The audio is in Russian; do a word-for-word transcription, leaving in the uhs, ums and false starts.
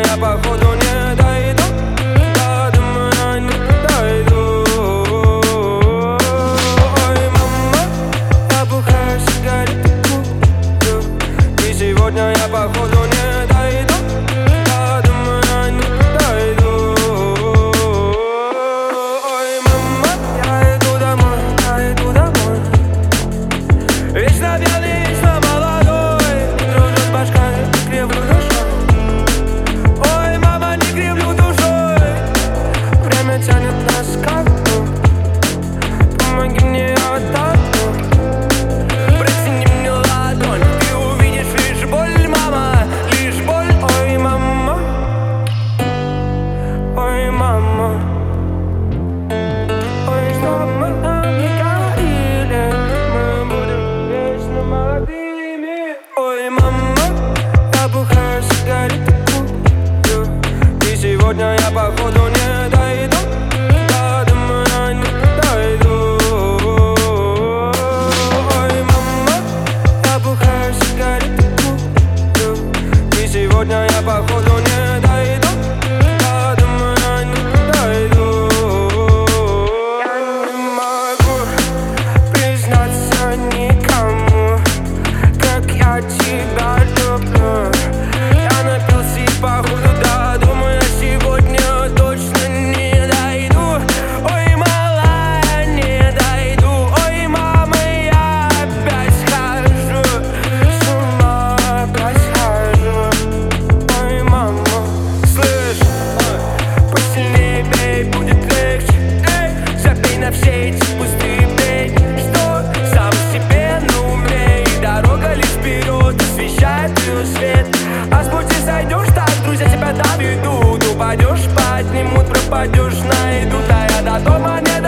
я походу не дойду. Да, думаю, не дойду. Ой, мама, я бухаю сигарету, и сегодня я походу не дойду. Да, думаю, не дойду. Ой, мама, я иду домой, я иду домой. Вечно пьяный, вечно молодой, дружит башка, не кривлю душой. Ой, мама, не кривлю душой. Время тянет нас как то. Помоги мне, я отдохну. Протяни мне ладонь, ты увидишь лишь боль, мама, лишь боль. Ой, мама, ой, мама. Ой, что мы нам не говорили, мы будем вечно молодыми. Ой, мама, я бухаю сигареты, курю, и сегодня я походу не дойду. Да, думаю, не дойду. Ой, мама, я бухаю сигареты, курю, и сегодня я походу не дойду. Да, думаю, не дойду. Я не могу признаться никому, как я тебя люблю. Я напился и походу, да, думаю, я сегодня точно не дойду. Ой, малая, не дойду. Ой, мама, я опять схожу с ума, опять схожу. Ой, мама, слышь, посильнее бей, будет легче. Эй, забей на все эти пустые песни, что сам себе на уме. И дорога лишь вперед освещает ее свет. А с пути сойдешь, так друзья тебя доведут. Упадешь, поднимут, пропадешь, найдут. А я до дома не